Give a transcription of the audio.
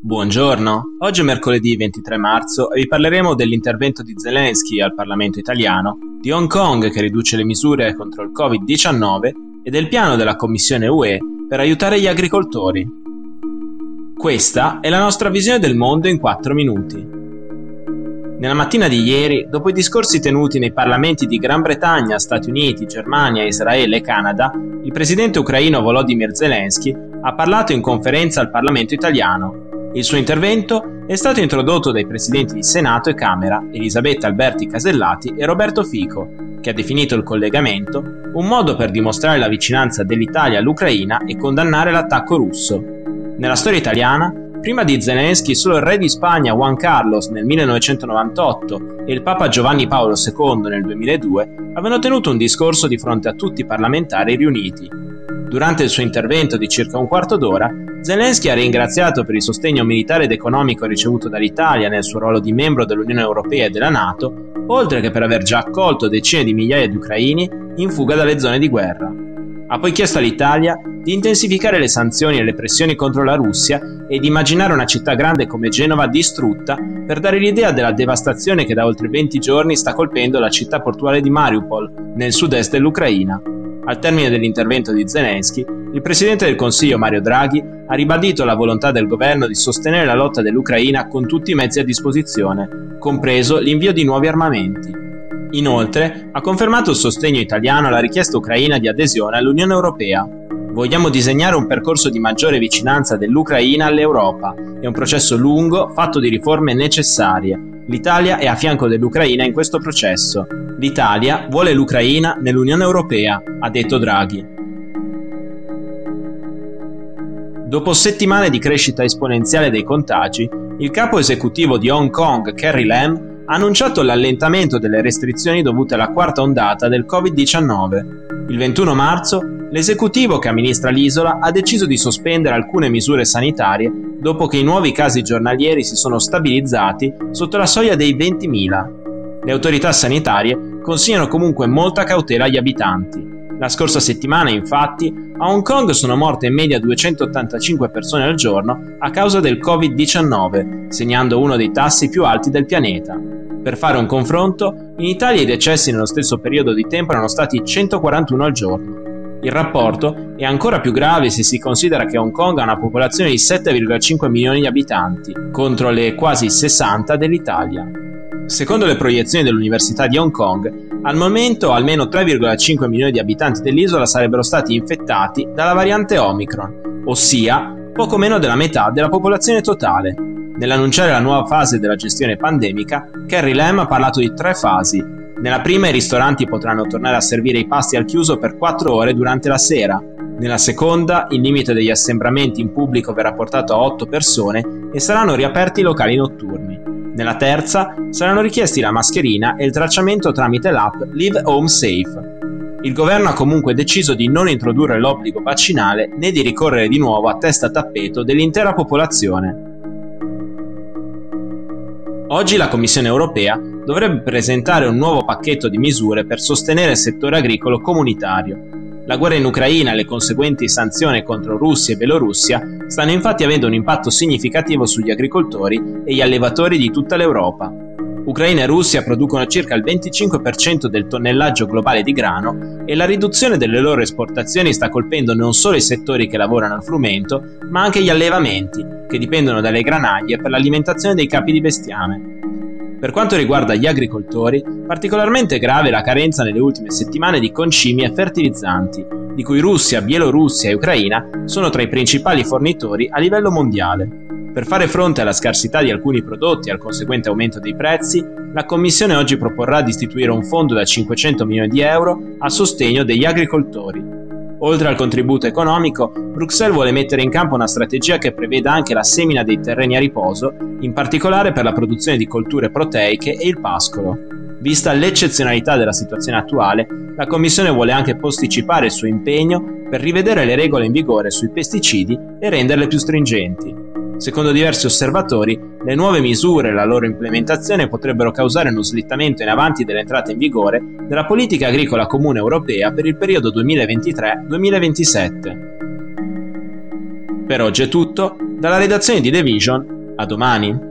Buongiorno, oggi è mercoledì 23 marzo e vi parleremo dell'intervento di Zelensky al Parlamento italiano, di Hong Kong che riduce le misure contro il Covid-19 e del piano della Commissione UE per aiutare gli agricoltori. Questa è la nostra visione del mondo in 4 minuti. Nella mattina di ieri, dopo i discorsi tenuti nei parlamenti di Gran Bretagna, Stati Uniti, Germania, Israele e Canada, il presidente ucraino Volodymyr Zelensky ha parlato in conferenza al Parlamento italiano. Il suo intervento è stato introdotto dai presidenti di Senato e Camera, Elisabetta Alberti Casellati e Roberto Fico, che ha definito il collegamento un modo per dimostrare la vicinanza dell'Italia all'Ucraina e condannare l'attacco russo. Nella storia italiana, prima di Zelensky solo il re di Spagna Juan Carlos nel 1998 e il Papa Giovanni Paolo II nel 2002 avevano tenuto un discorso di fronte a tutti i parlamentari riuniti. Durante il suo intervento di circa un quarto d'ora, Zelensky ha ringraziato per il sostegno militare ed economico ricevuto dall'Italia nel suo ruolo di membro dell'Unione Europea e della NATO, oltre che per aver già accolto decine di migliaia di ucraini in fuga dalle zone di guerra. Ha poi chiesto all'Italia di intensificare le sanzioni e le pressioni contro la Russia e di immaginare una città grande come Genova distrutta per dare l'idea della devastazione che da oltre 20 giorni sta colpendo la città portuale di Mariupol, nel sud-est dell'Ucraina. Al termine dell'intervento di Zelensky, il presidente del Consiglio Mario Draghi ha ribadito la volontà del governo di sostenere la lotta dell'Ucraina con tutti i mezzi a disposizione, compreso l'invio di nuovi armamenti. Inoltre, ha confermato il sostegno italiano alla richiesta ucraina di adesione all'Unione Europea. Vogliamo disegnare un percorso di maggiore vicinanza dell'Ucraina all'Europa. È un processo lungo, fatto di riforme necessarie. L'Italia è a fianco dell'Ucraina in questo processo. L'Italia vuole l'Ucraina nell'Unione Europea, ha detto Draghi. Dopo settimane di crescita esponenziale dei contagi, il capo esecutivo di Hong Kong, Carrie Lam, ha annunciato l'allentamento delle restrizioni dovute alla quarta ondata del Covid-19. Il 21 marzo, l'esecutivo che amministra l'isola ha deciso di sospendere alcune misure sanitarie dopo che i nuovi casi giornalieri si sono stabilizzati sotto la soglia dei 20.000. Le autorità sanitarie consigliano comunque molta cautela agli abitanti. La scorsa settimana, infatti, a Hong Kong sono morte in media 285 persone al giorno a causa del Covid-19, segnando uno dei tassi più alti del pianeta. Per fare un confronto, in Italia i decessi nello stesso periodo di tempo erano stati 141 al giorno. Il rapporto è ancora più grave se si considera che Hong Kong ha una popolazione di 7,5 milioni di abitanti, contro le quasi 60 dell'Italia. Secondo le proiezioni dell'Università di Hong Kong, al momento almeno 3,5 milioni di abitanti dell'isola sarebbero stati infettati dalla variante Omicron, ossia poco meno della metà della popolazione totale. Nell'annunciare la nuova fase della gestione pandemica, Carrie Lam ha parlato di 3 fasi. Nella prima i ristoranti potranno tornare a servire i pasti al chiuso per 4 ore durante la sera. Nella seconda, il limite degli assembramenti in pubblico verrà portato a 8 persone e saranno riaperti i locali notturni. Nella terza, saranno richiesti la mascherina e il tracciamento tramite l'app Live Home Safe. Il governo ha comunque deciso di non introdurre l'obbligo vaccinale né di ricorrere di nuovo a testa a tappeto dell'intera popolazione. Oggi la Commissione europea dovrebbe presentare un nuovo pacchetto di misure per sostenere il settore agricolo comunitario. La guerra in Ucraina e le conseguenti sanzioni contro Russia e Bielorussia stanno infatti avendo un impatto significativo sugli agricoltori e gli allevatori di tutta l'Europa. Ucraina e Russia producono circa il 25% del tonnellaggio globale di grano e la riduzione delle loro esportazioni sta colpendo non solo i settori che lavorano al frumento, ma anche gli allevamenti, che dipendono dalle granaglie per l'alimentazione dei capi di bestiame. Per quanto riguarda gli agricoltori, particolarmente grave è la carenza nelle ultime settimane di concimi e fertilizzanti, di cui Russia, Bielorussia e Ucraina sono tra i principali fornitori a livello mondiale. Per fare fronte alla scarsità di alcuni prodotti e al conseguente aumento dei prezzi, la Commissione oggi proporrà di istituire un fondo da 500 milioni di euro a sostegno degli agricoltori. Oltre al contributo economico, Bruxelles vuole mettere in campo una strategia che preveda anche la semina dei terreni a riposo, in particolare per la produzione di colture proteiche e il pascolo. Vista l'eccezionalità della situazione attuale, la Commissione vuole anche posticipare il suo impegno per rivedere le regole in vigore sui pesticidi e renderle più stringenti. Secondo diversi osservatori, le nuove misure e la loro implementazione potrebbero causare uno slittamento in avanti dell'entrata in vigore della politica agricola comune europea per il periodo 2023-2027. Per oggi è tutto, Dalla redazione di The Vision, a domani.